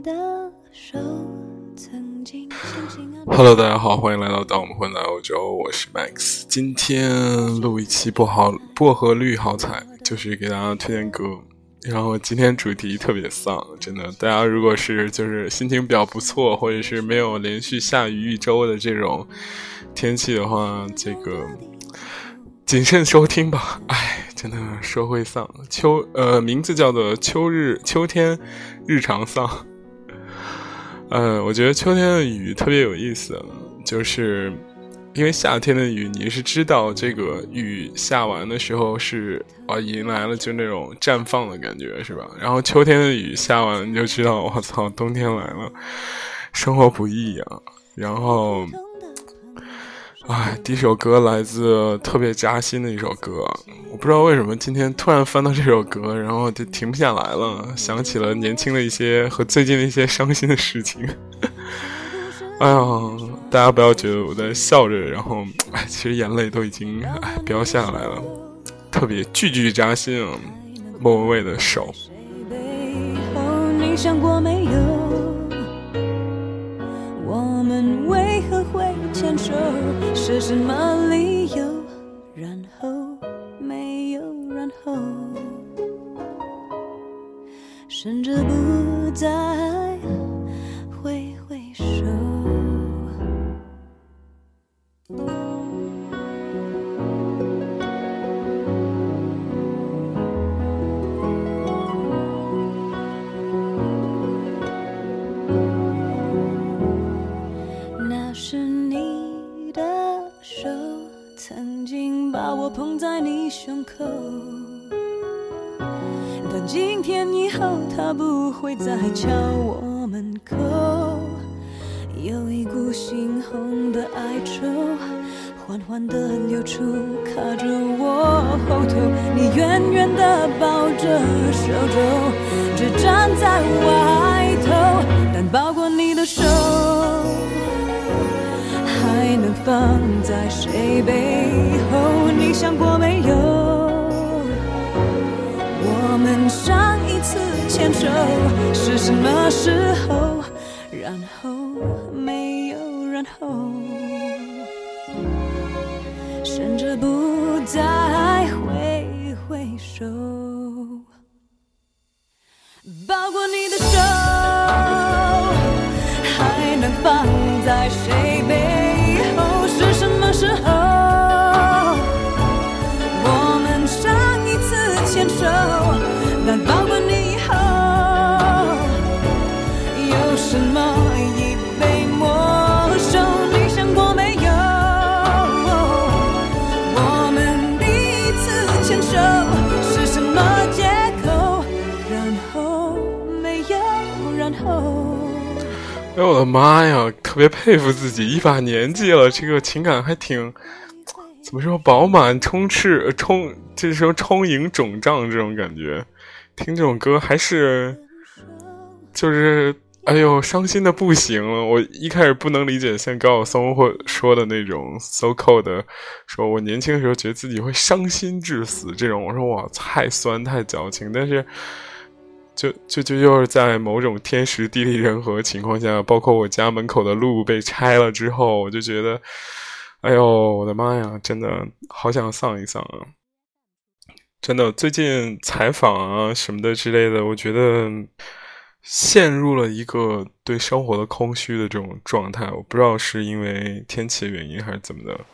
Hello， 大家好，欢迎来到当我们混在欧洲，我是 Max。今天录一期薄荷绿好彩，就是给大家推荐歌。然后今天主题特别丧，真的，大家如果是就是心情比较不错，或者是没有连续下雨一周的这种天气的话，这个谨慎收听吧。真的说会丧。名字叫做秋天日常丧。我觉得秋天的雨特别有意思，就是因为夏天的雨你是知道这个雨下完的时候是迎来了就那种绽放的感觉，是吧？然后秋天的雨下完你就知道我操，冬天来了，生活不易啊。然后第一首歌来自特别扎心的一首歌，我不知道为什么今天突然翻到这首歌，然后就停不下来了，想起了年轻的一些和最近的一些伤心的事情。大家不要觉得我在笑着，然后其实眼泪都已经飙下来了，特别句扎心啊。莫文蔚的手。 你想过没有，我们为何会牵手，是什么理由，然后没有然后，甚至不再挥手。那是你的手曾经把我捧在你胸口，但今天以后它不会再敲我门口，有一股猩红的哀愁缓缓地流出，卡着我后头，你远远地抱着手肘，只站在外头，但抱过你的手还能放在谁背后，你想过没有，我们上一次牵手是什么时候，然后没有然后，甚至不再挥手，抱过你的手还能放在谁背后，是什么时候，我们上一次牵手，但抱过你以后，有什么已被没收，你想过没有，我们第一次牵手是什么借口，然后没有然后。 我的妈呀，特别佩服自己，一把年纪了，这个情感还挺怎么说，饱满充斥这时候充盈肿胀这种感觉。听这种歌还是就是伤心的不行了。我一开始不能理解像高晓松或说的那种 so cold 的，说我年轻的时候觉得自己会伤心致死这种，我说哇太酸太矫情，但是就是在某种天时地利人和情况下，包括我家门口的路被拆了之后，我就觉得我的妈呀，真的好想丧一丧啊。真的最近采访啊什么的之类的，我觉得陷入了一个对生活的空虚的这种状态，我不知道是因为天气的原因还是怎么的。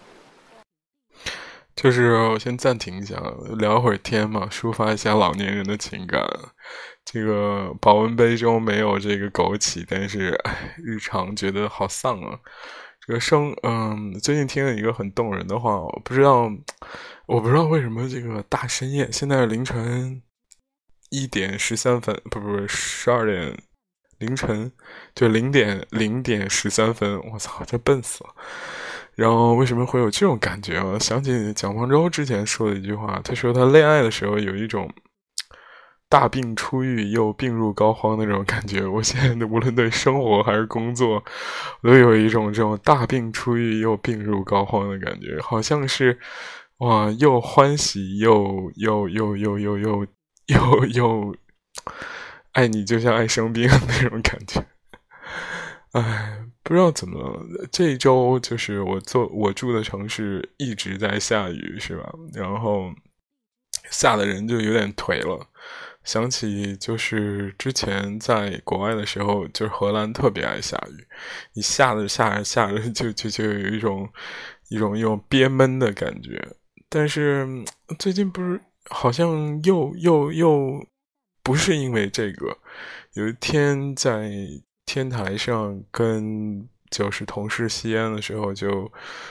就是我先暂停一下，聊会儿天嘛，抒发一下老年人的情感。这个保温杯中没有这个枸杞，但是日常觉得好丧啊。这个最近听了一个很动人的话，我不知道为什么这个大深夜，现在是凌晨1点13分，不12点，凌晨就0点13分，我操，这笨死了。然后为什么会有这种感觉啊？想起蒋方舟之前说的一句话，他说他恋爱的时候有一种大病初愈又病入膏肓的那种感觉。我现在无论对生活还是工作，我都有一种这种大病初愈又病入膏肓的感觉，好像是哇，又欢喜又爱你就像爱生病那种感觉。哎，不知道怎么了，这一周就是我住的城市一直在下雨，是吧？然后下的人就有点颓了。想起就是之前在国外的时候，就是荷兰特别爱下雨，你下着就有一种憋闷的感觉。但是最近不是好像又不是因为这个，有一天在天台上跟就是同事吸烟的时候就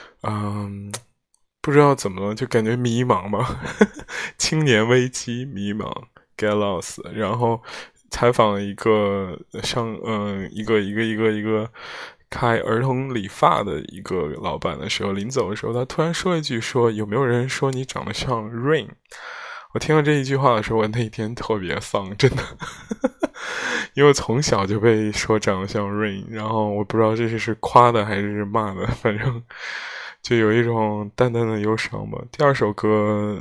不知道怎么了，就感觉迷茫嘛青年危机迷茫 get lost， 然后采访一个一个开儿童理发的一个老板的时候，临走的时候他突然说一句，说有没有人说你长得像 Rain。我听到这一句话的时候，我那一天特别丧，真的因为我从小就被说长得像 Rain， 然后我不知道这是夸的还是骂的，反正就有一种淡淡的忧伤吧。第二首歌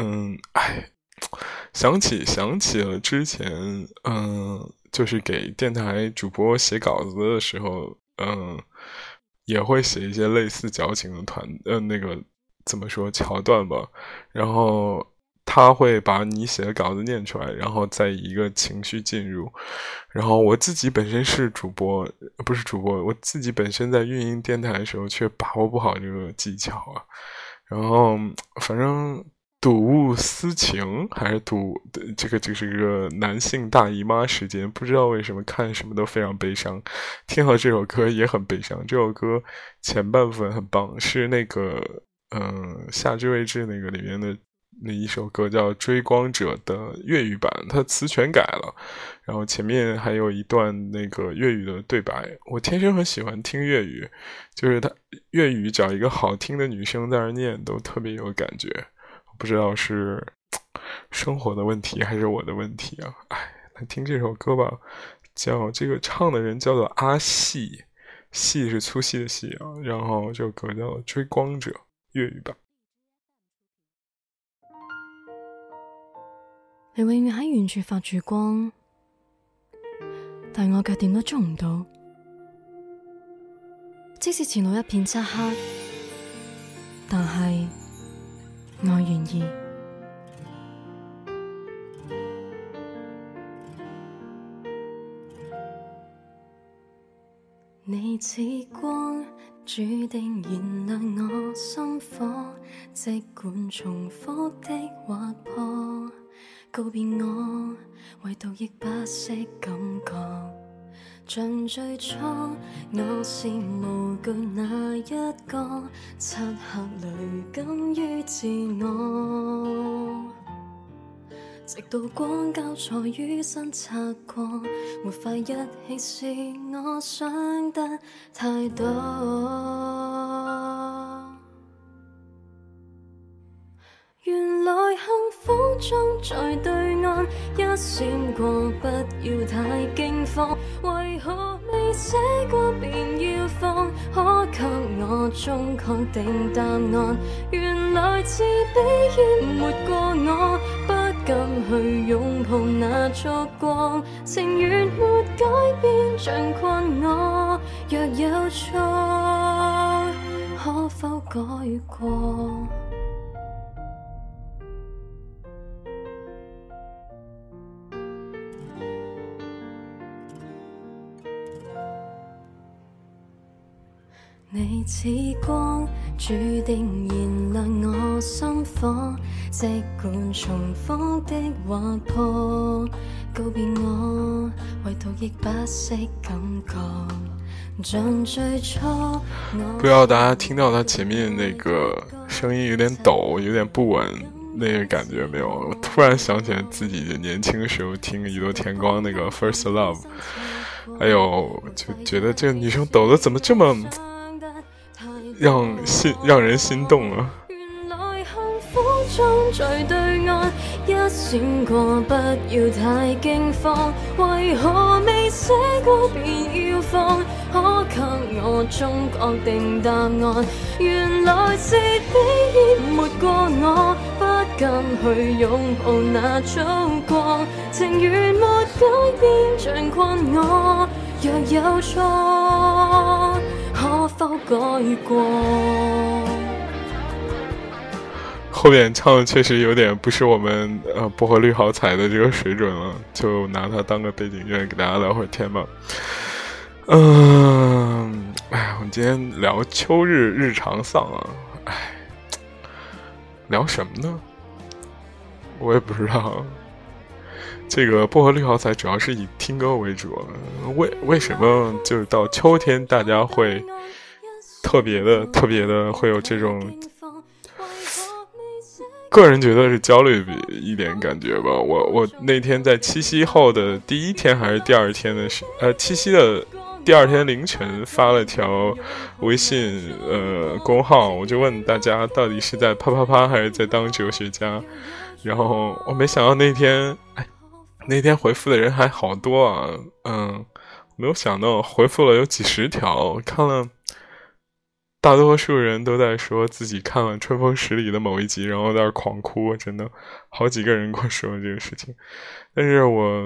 想起了之前就是给电台主播写稿子的时候也会写一些类似矫情的那个怎么说桥段吧，然后他会把你写的稿子念出来，然后再一个情绪进入。然后我自己本身是不是主播，我自己本身在运营电台的时候却把握不好这个技巧啊。然后反正睹物思情，还是这个就是个男性大姨妈时间，不知道为什么看什么都非常悲伤，听到这首歌也很悲伤。这首歌前半部分很棒，是那个夏至未至那个里面的那一首歌叫《追光者》的粤语版，它词全改了，然后前面还有一段那个粤语的对白。我天生很喜欢听粤语，就是它粤语找一个好听的女生在那念都特别有感觉。不知道是生活的问题还是我的问题啊。来听这首歌吧，叫这个唱的人叫做阿细，细是粗细的细啊，然后这首歌叫《追光者》粤语版。 你永遠喺遠處發住光，但我腳點都捉唔到。即使前路一片漆黑，但係我願意。你似光，注定燃亮我心火，即管重複的劃破。告別我，唯獨亦不識感覺，像最初我是無懼那一個，漆黑裏敢於自我，直到光交錯於身擦過，沒法一起是我想得太多。原來幸福中在對岸一閃過，不要太驚慌，為何未寫過便要放？可給我終確定答案，原來自卑淹沒過我，不敢去擁抱那燭光，情願沒改變像困我，若有錯可否改過？你似光，注定燃亮我心火，即管重複的劃破，告別我，唯獨亦不識感覺，像最初。 不知道大家聽到他前面那個聲音有點抖，有點不穩，那個感覺沒有？我突然想起來自己的年輕時候聽宇多田光那個 First Love， 還有就覺得這個女生抖得怎麼這麼讓人心動啊！ 原來幸福中在對岸一閃過，不要太驚慌，為何未寫過便要放？可給我終確定答案，原來是你淹沒過我，不間去擁抱那燭光，情緣沒改變，像困我。若有錯，可否改過？ 后面唱的确实有点不是我们薄荷绿好彩的这个水准了，就拿它当个背景乐给大家聊会儿天吧。我们今天聊秋日日常丧啊，聊什么呢？我也不知道。这个薄荷绿好彩主要是以听歌为主，为什么就是到秋天大家会特别的会有这种，个人觉得是焦虑一点感觉吧。我那天在七夕后的第一天还是第二天的七夕的第二天凌晨发了条微信公号，我就问大家到底是在啪啪啪还是在当哲学家，然后我没想到那天回复的人还好多啊，没有想到回复了有几十条，看了大多数人都在说自己看了《春风十里》的某一集，然后在那狂哭，真的好几个人跟我说这个事情，但是我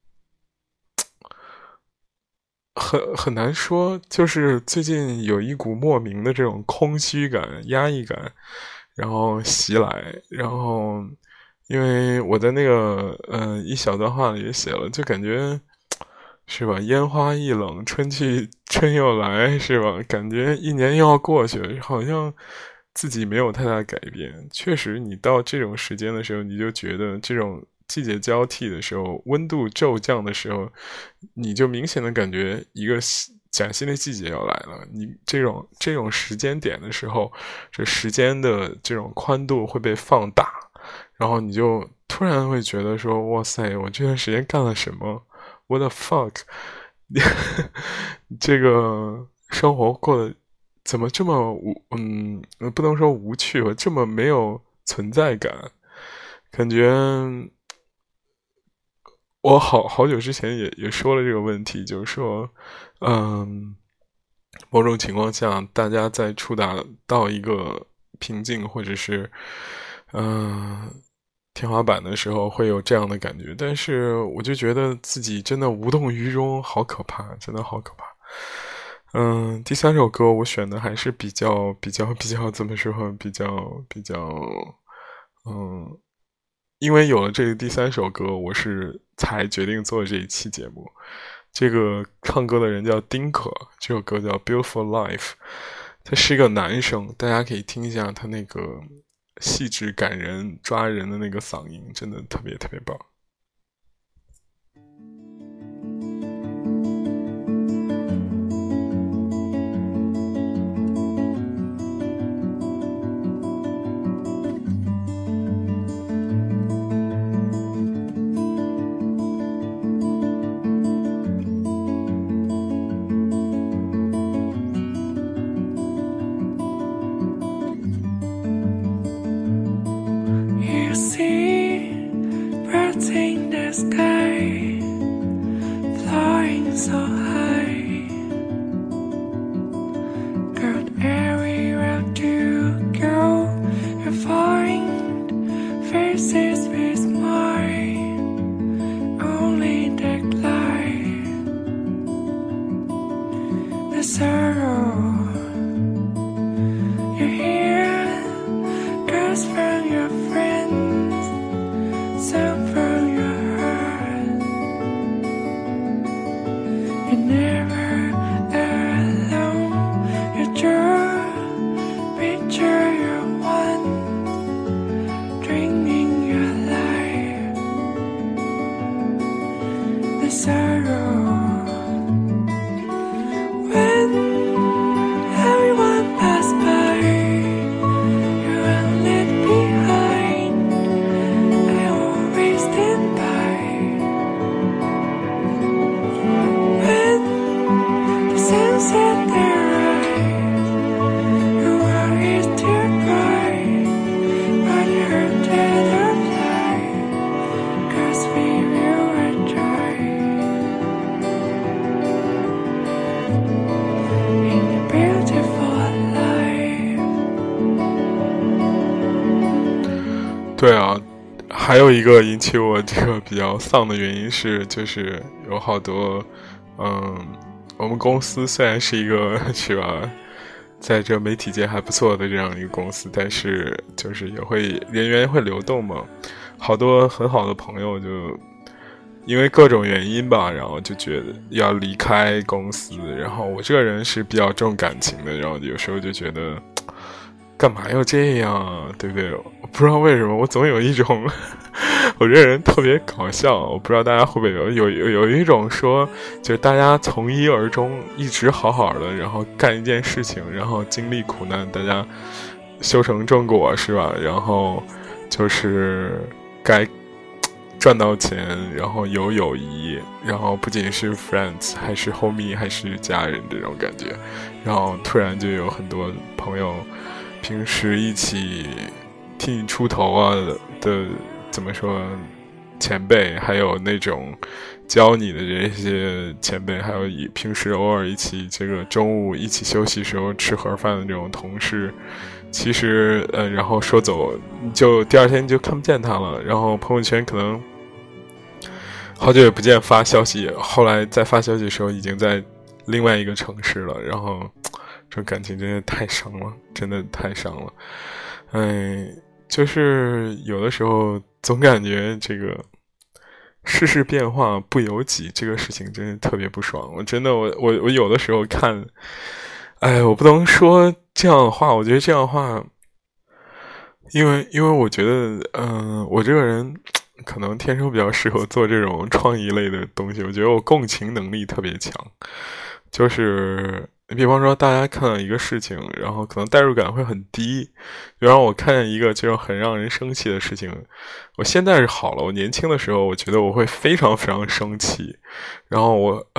很难说，就是最近有一股莫名的这种空虚感、压抑感，然后袭来，然后因为我在那个一小段话里也写了，就感觉是吧，烟花易冷，春又来，是吧？感觉一年又要过去了，好像自己没有太大改变。确实，你到这种时间的时候，你就觉得这种季节交替的时候，温度骤降的时候，你就明显的感觉一个崭新的季节要来了。你这种时间点的时候，这时间的这种宽度会被放大，然后你就突然会觉得说，哇塞，我这段时间干了什么？ What the fuck 这个生活过得怎么这么不能说无趣吧，这么没有存在感，感觉我好久之前也说了这个问题，就是说某种情况下大家在触达到一个瓶颈或者是天花板的时候会有这样的感觉，但是我就觉得自己真的无动于衷，好可怕，真的好可怕。第三首歌我选的还是比较怎么说，比较因为有了这个第三首歌，我才决定做这一期节目。这个唱歌的人叫丁可，这首歌叫 Beautiful Life， 他是一个男生，大家可以听一下他那个细致感人抓人的那个嗓音，真的特别特别棒。 对啊，还有一个引起我这个比较丧的原因是，就是有好多，我们公司虽然是一个是吧，在这媒体界还不错的这样一个公司，但是就是也会人员会流动嘛，好多很好的朋友就因为各种原因吧，然后就觉得要离开公司，然后我这个人是比较重感情的，然后有时候就觉得干嘛要这样啊，对不对？我不知道为什么，我总有一种我这个人特别搞笑，我不知道大家会不会有一种说，就是大家从一而终，一直好好的，然后干一件事情，然后经历苦难，大家修成正果，是吧？然后就是该赚到钱，然后有友谊，然后不仅是 friends， 还是 homie， 还是家人这种感觉，然后突然就有很多朋友平时一起替你出头啊的怎么说前辈，还有那种教你的这些前辈，还有平时偶尔一起这个中午一起休息时候吃盒饭的这种同事，其实然后说走就第二天就看不见他了，然后朋友圈可能好久也不见发消息，后来再发消息的时候已经在另外一个城市了，然后这种感情真的太伤了，真的太伤了。就是有的时候总感觉这个世事变化不由己，这个事情真的特别不爽。我真的我有的时候看，我不能说这样的话，我觉得这样的话，因为我觉得我这个人可能天生比较适合做这种创意类的东西，我觉得我共情能力特别强，就是你比方说大家看到一个事情，然后可能代入感会很低，比方我看见一个这种很让人生气的事情，我现在是好了，我年轻的时候我觉得我会非常非常生气，然后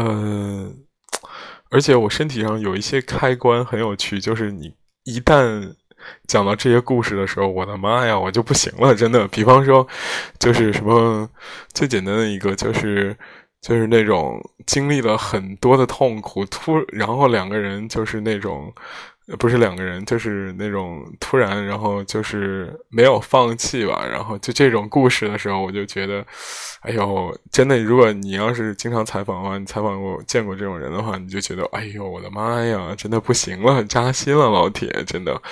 而且我身体上有一些开关很有趣，就是你一旦讲到这些故事的时候，我的妈呀，我就不行了，真的。比方说，就是什么最简单的一个，就是那种经历了很多的痛苦，然后两个人就是那种，不是两个人，就是那种突然，然后就是没有放弃吧，然后就这种故事的时候，我就觉得，哎呦，真的，如果你要是经常采访的话，你采访过见过这种人的话，你就觉得，哎呦，我的妈呀，真的不行了，扎心了，老铁，真的。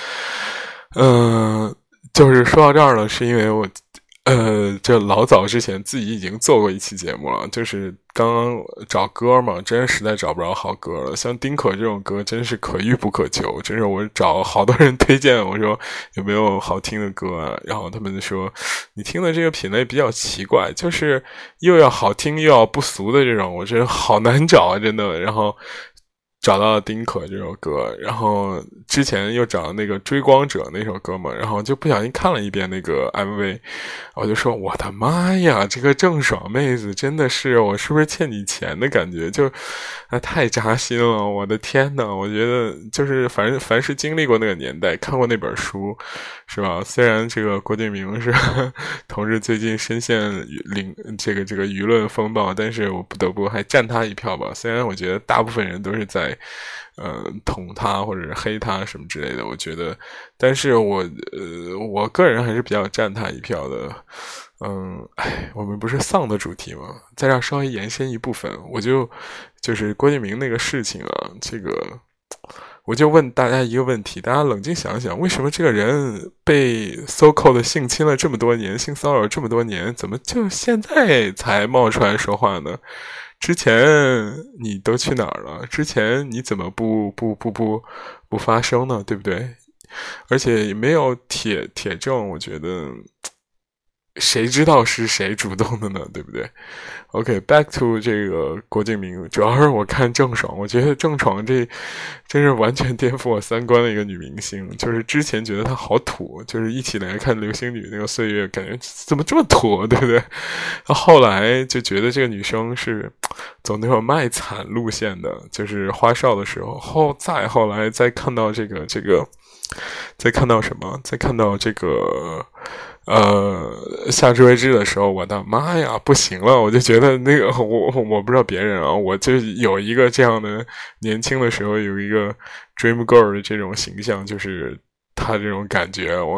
就是说到这儿了，是因为我这老早之前自己已经做过一期节目了，就是刚刚找歌嘛，真实在找不着好歌了。像丁可这种歌真是可遇不可求，真是我找好多人推荐，我说有没有好听的歌啊，然后他们就说你听的这个品类比较奇怪，就是又要好听又要不俗的这种，我觉得好难找啊，真的。然后找到了丁可这首歌，然后之前又找那个追光者那首歌嘛，然后就不小心看了一遍那个 MV， 我就说我的妈呀，这个郑爽妹子真的是我是不是欠你钱的感觉，就太扎心了，我的天呐，我觉得就是凡是经历过那个年代，看过那本书，是吧？虽然这个郭敬明是同志最近深陷这个舆论风暴，但是我不得不还站他一票吧。虽然我觉得大部分人都是在捅他或者是黑他什么之类的，我觉得，但是我个人还是比较站他一票的。我们不是丧的主题吗？在这儿稍微延伸一部分，就是郭敬明那个事情啊，这个我就问大家一个问题，大家冷静想想，为什么这个人被 so-called 性侵了这么多年，性骚扰这么多年，怎么就现在才冒出来说话呢？之前你都去哪儿了？之前你怎么不发声呢？对不对？而且也没有铁证，我觉得谁知道是谁主动的呢？对不对 ？OK，back to 这个郭敬明，主要是我看郑爽，我觉得郑爽这真是完全颠覆我三观的一个女明星。就是之前觉得她好土，就是一起来看流星雨那个岁月，感觉怎么这么土，对不对？后来就觉得这个女生是走那种卖惨路线的，就是花少的时候，后来再看到这个，再看到什么？再看到这个。夏至未至的时候，我的妈呀，不行了！我就觉得那个我不知道别人啊，我就有一个这样的年轻的时候有一个 dream girl 的这种形象，就是她这种感觉，我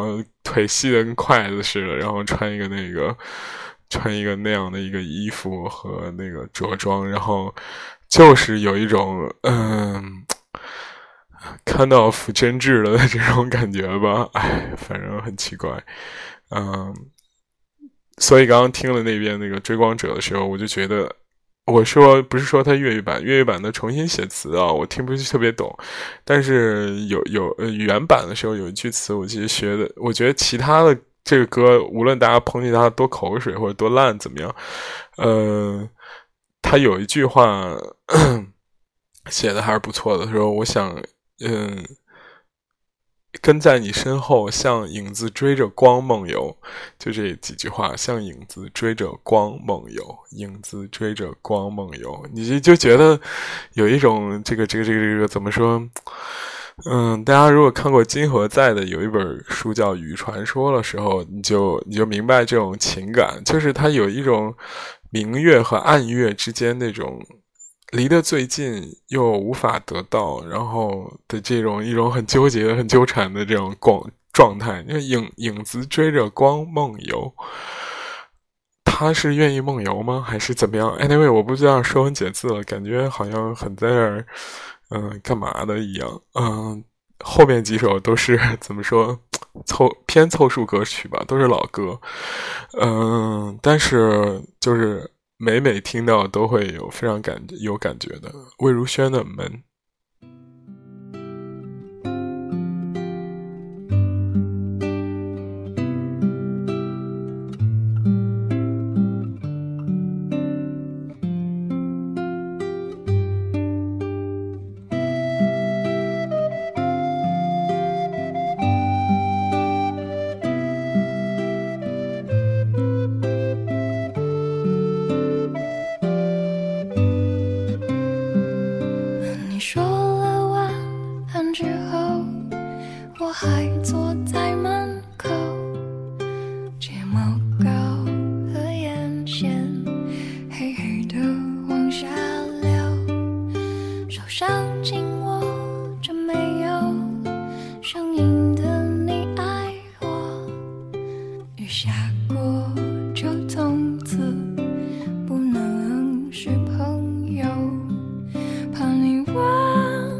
腿细的跟筷子似的，然后穿一个那样的一个衣服和那个着装，然后就是有一种看到腐真质了的这种感觉吧。反正很奇怪。所以刚刚听了那边那个追光者的时候，我就觉得，我说不是说他粤语版的重新写词啊，我听不是特别懂，但是原版的时候有一句词我其实学的，我觉得其他的这个歌无论大家抨击他多口水或者多烂怎么样，他有一句话写的还是不错的，说我想跟在你身后，像影子追着光梦游，就这几句话，像影子追着光梦游，影子追着光梦游，你就觉得有一种这个怎么说？大家如果看过金河在的有一本书叫《雨传说》的时候，你就明白这种情感，就是它有一种明月和暗月之间那种离得最近又无法得到，然后的一种很纠结很纠缠的这种状态。因为影子追着光梦游，他是愿意梦游吗？还是怎么样 ？Anyway， 我不知道说文解字了，感觉好像很在那儿，干嘛的一样。后面几首都是怎么说，偏凑数歌曲吧，都是老歌。但是就是每听到都会有非常有感觉的。魏如萱的门。 还坐在门口，睫毛膏和眼线黑黑的往下流，手上紧握着没有声音的你爱我，雨下过就从此不能是朋友，怕你忘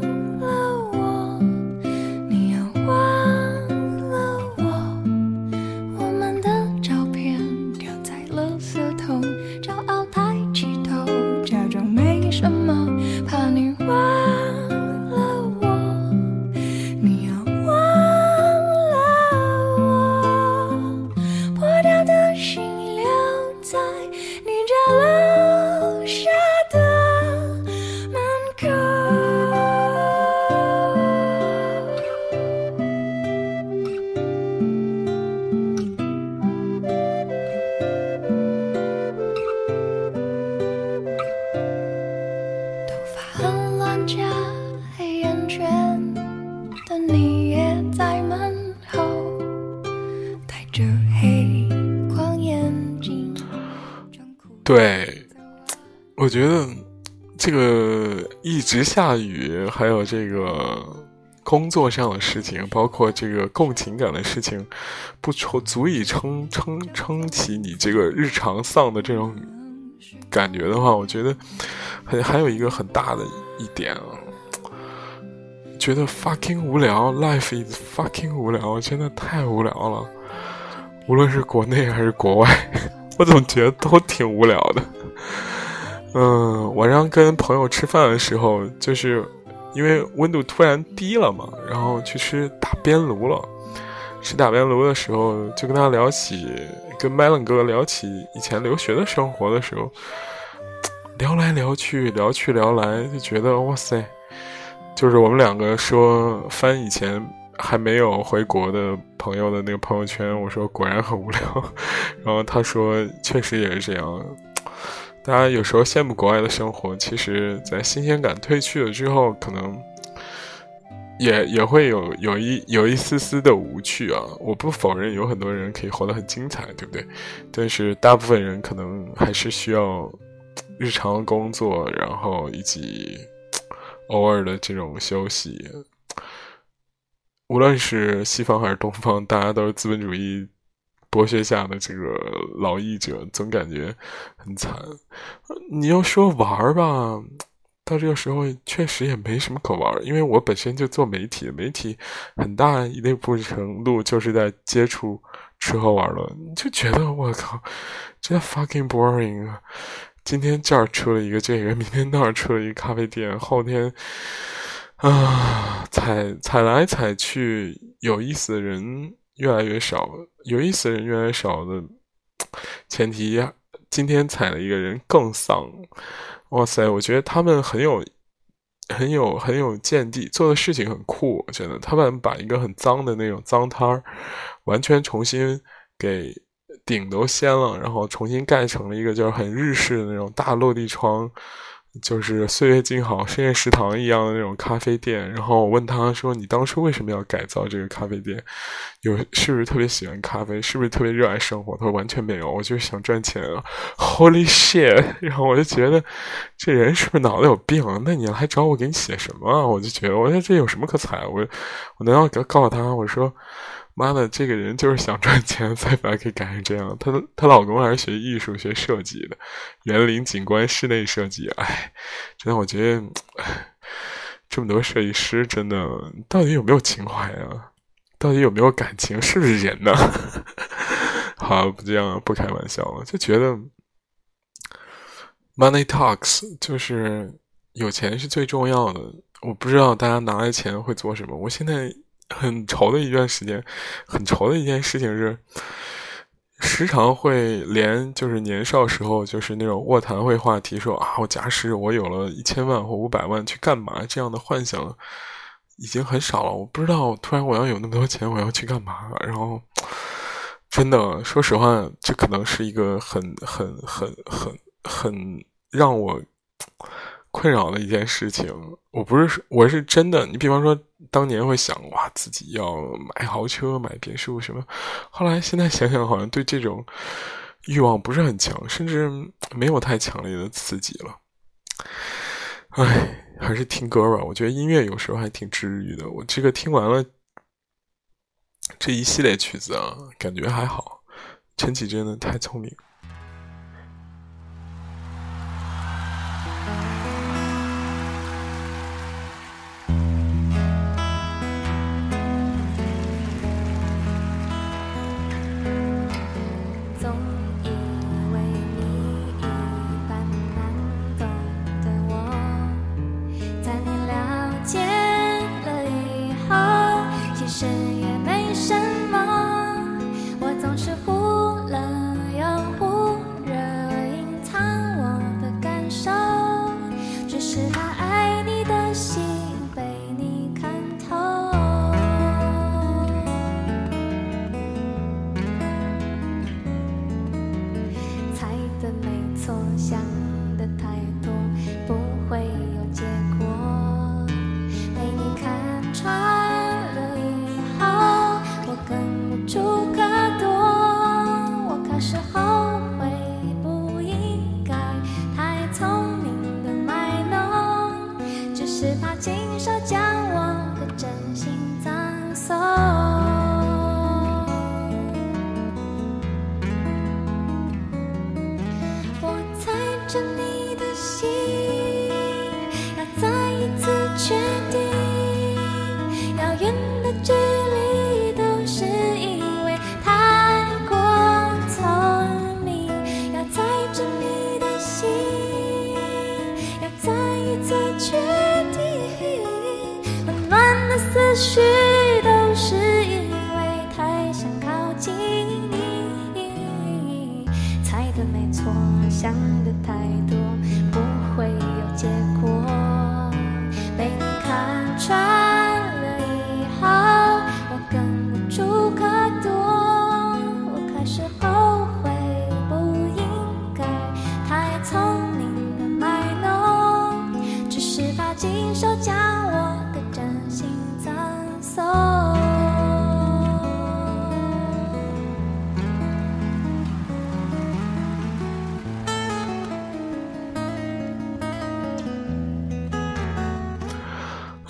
对，我觉得这个一直下雨，还有这个工作上的事情，包括这个共情感的事情，不足以撑起你这个日常丧的这种感觉的话，我觉得还有一个很大的一点啊，觉得 fucking 无聊 ，life is fucking 无聊，真的太无聊了，无论是国内还是国外。我总觉得都挺无聊的。晚上跟朋友吃饭的时候，就是因为温度突然低了嘛，然后去吃打边炉了。吃打边炉的时候，就跟他聊起，跟 Melon 哥聊起以前留学的生活的时候，聊来聊去，聊去聊来，就觉得哇塞，就是我们两个说翻以前还没有回国的朋友的那个朋友圈，我说果然很无聊，然后他说确实也是这样。大家有时候羡慕国外的生活，其实在新鲜感褪去了之后，可能也会有一丝丝的无趣啊。我不否认有很多人可以活得很精彩，对不对？但是大部分人可能还是需要日常工作，然后以及偶尔的这种休息。 无论是西方还是东方，大家都是资本主义剥削下的这个劳役者，总感觉很惨。你要说玩吧，到这个时候确实也没什么可玩，因为我本身就做媒体，媒体很大一部分程度就是在接触吃喝玩乐，你就觉得我靠，真的 fucking boring 啊！今天这儿出了一个这个，明天那儿出了一个咖啡店，后天踩来踩去，有意思的人越来越少，有意思的人越来越少的前提，今天踩了一个人更丧。哇塞，我觉得他们很有见地，做的事情很酷。我觉得他们把一个很脏的那种脏摊儿，完全重新给顶都掀了，然后重新盖成了一个就是很日式的那种大落地窗，就是岁月静好深夜食堂一样的那种咖啡店。然后我问他说，你当初为什么要改造这个咖啡店，是不是特别喜欢咖啡，是不是特别热爱生活？他说完全没有，我就是想赚钱啊。 Holy shit。 然后我就觉得这人是不是脑袋有病啊？那你来找我给你写什么啊？我就觉得我说这有什么可踩，我难道告诉他我说妈的，这个人就是想赚钱才把它给改成这样。她老公还是学艺术学设计的，园林景观室内设计。哎，真的我觉得这么多设计师真的到底有没有情怀啊？到底有没有感情？是不是人呢？好，不这样，不开玩笑了，就觉得 money talks， 就是有钱是最重要的。我不知道大家拿来钱会做什么。我现在很愁的一段时间，很愁的一件事情是，时常会连就是年少时候就是那种卧谈会话题说啊，我假使我有了1000万或500万去干嘛，这样的幻想已经很少了。我不知道突然我要有那么多钱我要去干嘛。然后真的说实话，这可能是一个很让我困扰的一件事情。我是真的，你比方说当年会想哇自己要买豪车买别墅什么，后来现在想想好像对这种欲望不是很强，甚至没有太强烈的刺激了。唉，还是听歌吧，我觉得音乐有时候还挺治愈的。我这个听完了这一系列曲子啊，感觉还好。陈绮贞的太聪明。 思绪都是因为太想靠近你，猜的没错，想的太多，不会有结果。被你看穿了以后，我更无处可躲，我开始后悔不应该太聪明的卖弄，只是怕经手将我的真心葬送。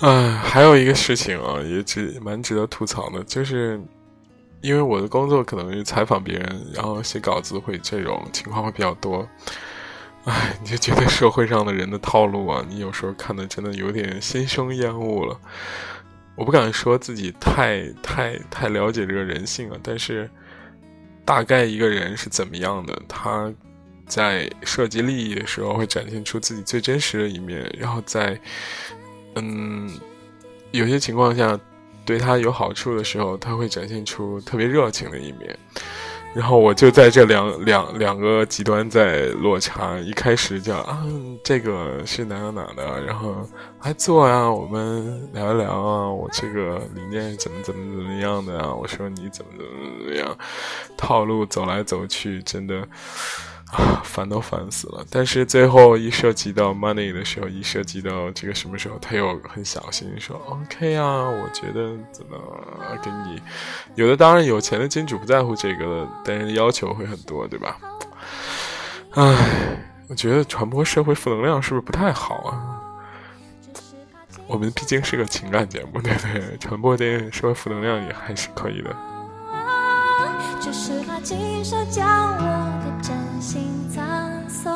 还有一个事情啊，也蛮值得吐槽的，就是因为我的工作可能是采访别人，然后写稿子会这种情况会比较多。你就觉得社会上的人的套路啊，你有时候看的真的有点心生厌恶了。我不敢说自己太了解这个人性啊，但是大概一个人是怎么样的，他在涉及利益的时候会展现出自己最真实的一面，然后在有些情况下对他有好处的时候，他会展现出特别热情的一面。然后我就在这两个极端在落差，一开始叫这个是哪的，然后还坐呀，我们聊一聊啊，我这个理念是怎么样的啊，我说你怎么样，套路走来走去，真的烦都烦死了。但是最后一涉及到 money 的时候，一涉及到这个什么时候，他又很小心说 OK 啊，我觉得怎么给你，有的当然有钱的金主不在乎这个了，但是要求会很多，对吧？我觉得传播社会负能量是不是不太好啊？我们毕竟是个情感节目，对不对？传播点社会负能量也还是可以的。只是怕亲手将我的真心葬送，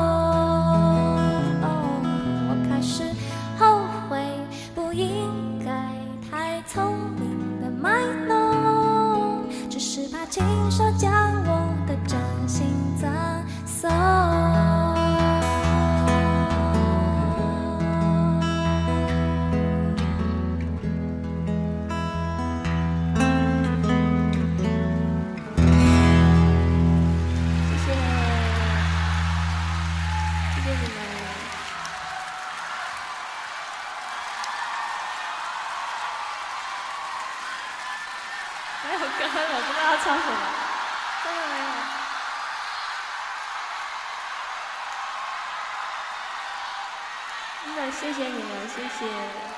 我开始后悔不应该太聪明的卖弄，只是怕亲手将我的真心葬送。 没有歌了，不知道要唱什么，真的没有。真的谢谢你们，谢谢。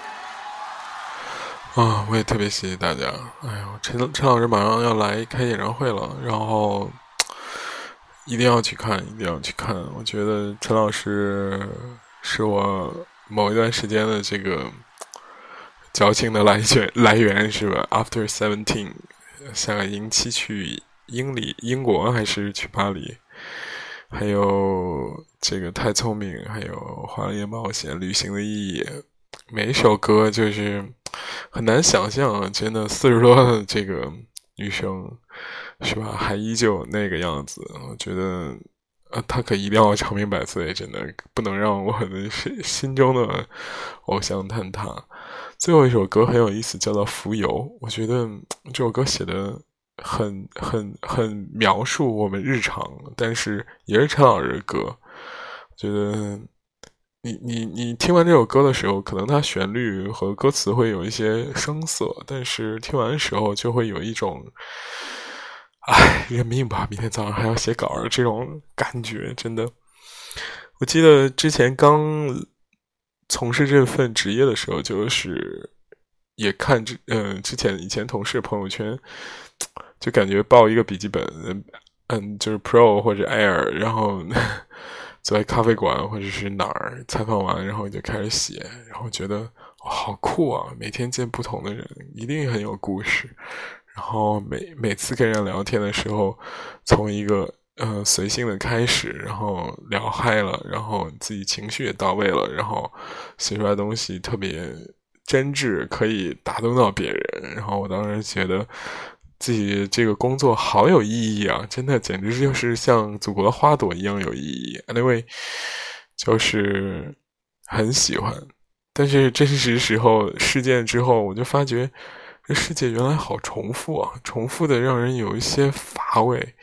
我也特别谢谢大家。陈老师马上要来开演唱会了，然后一定要去看，一定要去看。我觉得陈老师是我某一段时间的这个矫情的来源是吧 ？After 17，下个星期去英国还是去巴黎？还有这个太聪明，还有华丽的冒险，旅行的意义。每一首歌就是很难想象啊，真的40多的这个女生是吧，还依旧那个样子。我觉得她可一定要长命百岁，真的不能让我的心中的偶像坍塌。最后一首歌很有意思，叫做《浮游》。我觉得这首歌写的很描述我们日常，但是也是陈老师的歌。我觉得你听完这首歌的时候，可能它旋律和歌词会有一些生涩，但是听完的时候就会有一种认命吧，明天早上还要写稿的这种感觉。真的，我记得之前刚从事这份职业的时候，就是也看以前同事朋友圈，就感觉抱一个笔记本，就是 Pro 或者 Air， 然后坐在咖啡馆或者是哪儿采访完，然后就开始写，然后觉得好酷啊！每天见不同的人，一定很有故事。然后每次跟人聊天的时候，从一个随性的开始，然后聊嗨了，然后自己情绪也到位了，然后写出来的东西特别真挚，可以打动到别人。然后我当时觉得自己这个工作好有意义啊，真的简直就是像祖国的花朵一样有意义。Anyway， 就是很喜欢。但是真实事件之后，我就发觉这世界原来好重复啊，重复的让人有一些乏味。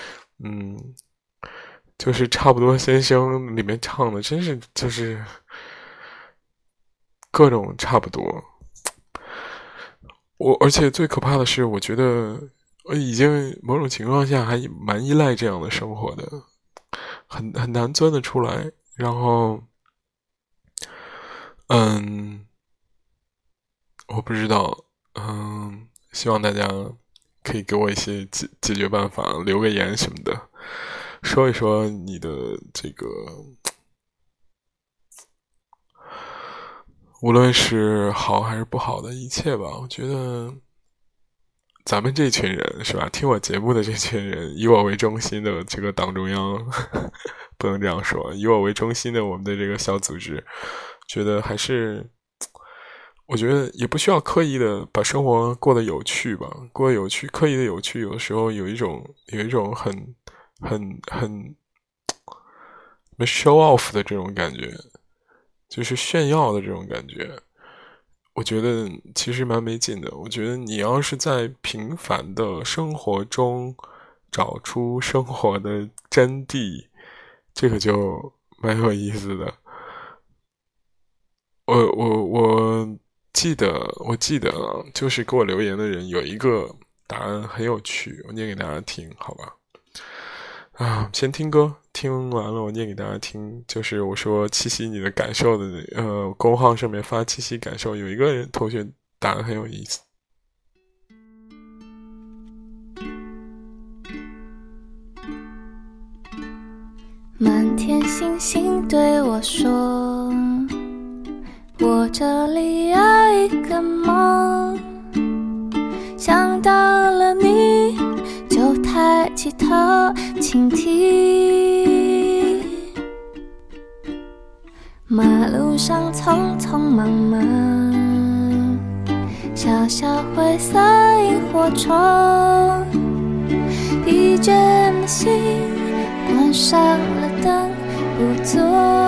就是差不多先生里面唱的真是就是各种差不多。而且最可怕的是，我觉得我已经某种情况下还蛮依赖这样的生活的，很难钻得出来。然后我不知道，希望大家可以给我一些解决办法，留个言什么的，说一说你的这个。 无论是好还是不好的一切吧，我觉得咱们这群人是吧，听我节目的这群人，以我为中心的这个党中央不能这样说，以我为中心的我们的这个小组织，觉得还是我觉得也不需要刻意的把生活过得有趣吧，过得有趣，刻意的有趣，有的时候有一种很 show off 的这种感觉，就是炫耀的这种感觉，我觉得其实蛮没劲的。我觉得你要是在平凡的生活中找出生活的真谛，这个就蛮有意思的。我记得就是给我留言的人有一个答案很有趣，我念给大家听，好吧？先听歌，听完了我念给大家听。就是我说七夕你的感受的公号上面发七夕感受，有一个人同学答案很有意思。 满天星星对我说，我这里有一个梦，想到了你就抬起头倾听，马路上匆匆忙忙，小小灰色萤火虫，疲倦的心关上了灯不做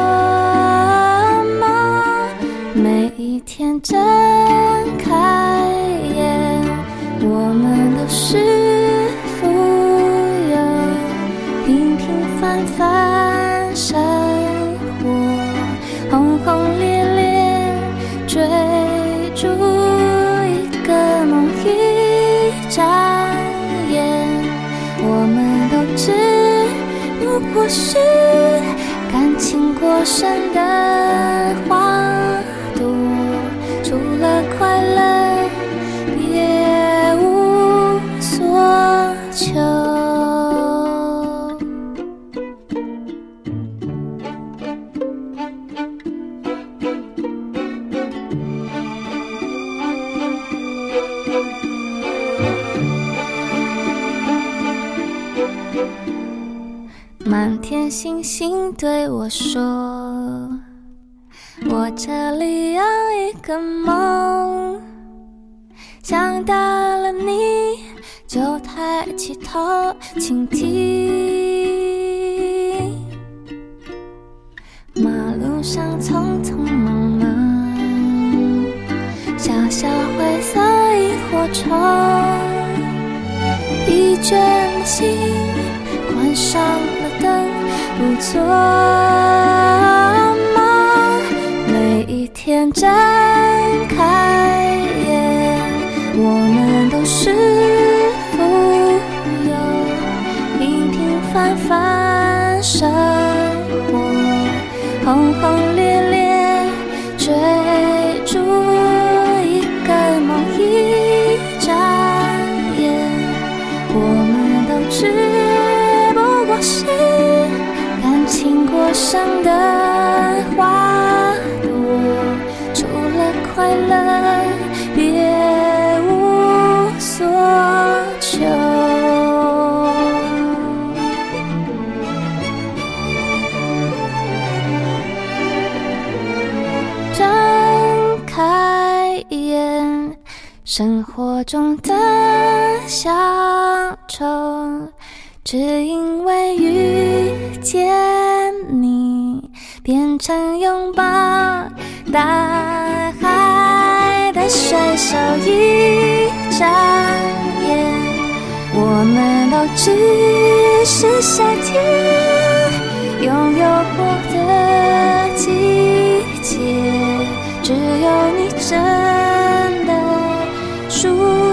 梦，每一天睁开眼，我们都是富有，平平凡凡生活，轰轰烈烈追逐一个梦，一眨眼，我们都只不过是感情过深的花朵，除了快乐别无所求。满天星星对我说，我这里有一个梦，想到了你就抬起头倾听，马路上匆匆忙忙，小小灰色萤火虫，疲倦的心关上了灯不做梦，每一天睁开眼，我们都是富有，平平凡凡生活，轰轰烈烈追逐一个梦，一眨眼，我们都只不过是感情过深的花朵，除了快乐别无所求。睁开眼，生活中的小丑，只因为遇见你，变成拥抱大海的水手，一眨眼，我们都只是夏天拥有过的季节，只有你真的属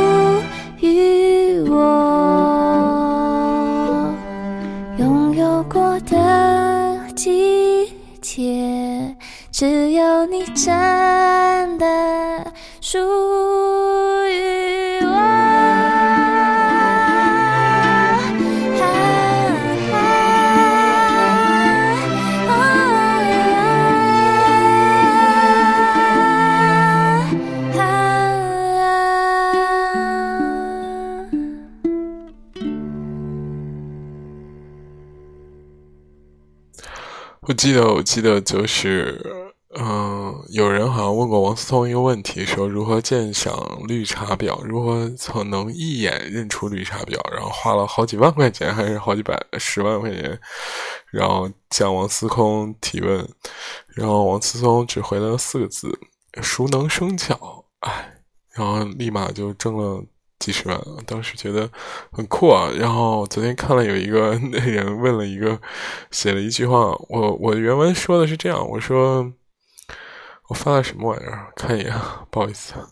于我，拥有过的季节，只有你真的属于我。 我记得就是，有人好像问过王思聪一个问题，说如何鉴赏绿茶婊，如何才能一眼认出绿茶婊，然后花了好几万块钱还是好几10万块钱，然后向王思聪提问，然后王思聪只回了4个字：熟能生巧。然后立马就挣了几十万，当时觉得很酷啊。然后昨天看了有一个那人问了写了一句话，我原文说的是这样，我说我发了什么玩意儿？看一眼，不好意思。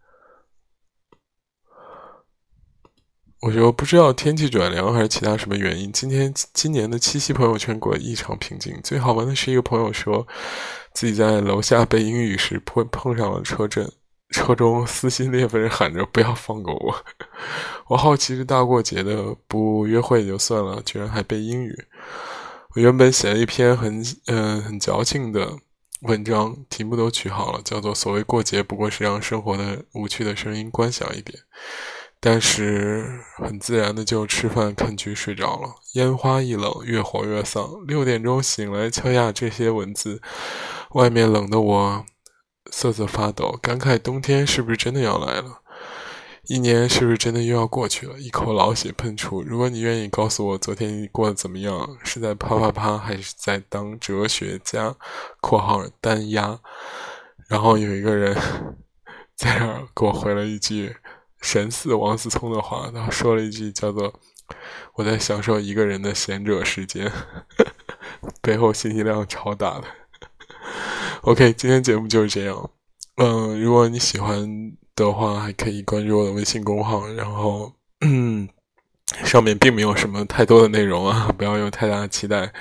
我说不知道天气转凉还是其他什么原因，今年的7夕朋友圈过得异常平静。最好玩的是一个朋友说自己在楼下背英语时碰上了车震。车中撕心裂肺喊着不要放过我。我好奇是大过节的不约会就算了，居然还背英语。我原本写了一篇很矫情的文章，题目都取好了，叫做所谓过节不过是让生活的无趣的声音关小一点，但是很自然的就吃饭看剧睡着了。烟花易冷，越火越丧。6点钟醒来敲下这些文字，外面冷的我瑟瑟发抖，感慨冬天是不是真的要来了，一年是不是真的又要过去了，一口老血喷出。如果你愿意告诉我昨天你过得怎么样，是在啪啪啪还是在当哲学家括号单压。然后有一个人在那儿给我回了一句神似王思聪的话，他说了一句叫做我在享受一个人的闲者时间。背后信息量超大的。OK， 今天节目就是这样。如果你喜欢的话，还可以关注我的微信公号，然后上面并没有什么太多的内容啊，不要有太大的期待。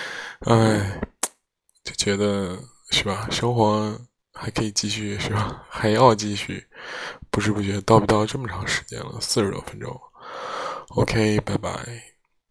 就觉得是吧，生活还可以继续是吧，还要继续，不知不觉到不到这么长时间了，40多分钟。OK， 拜拜。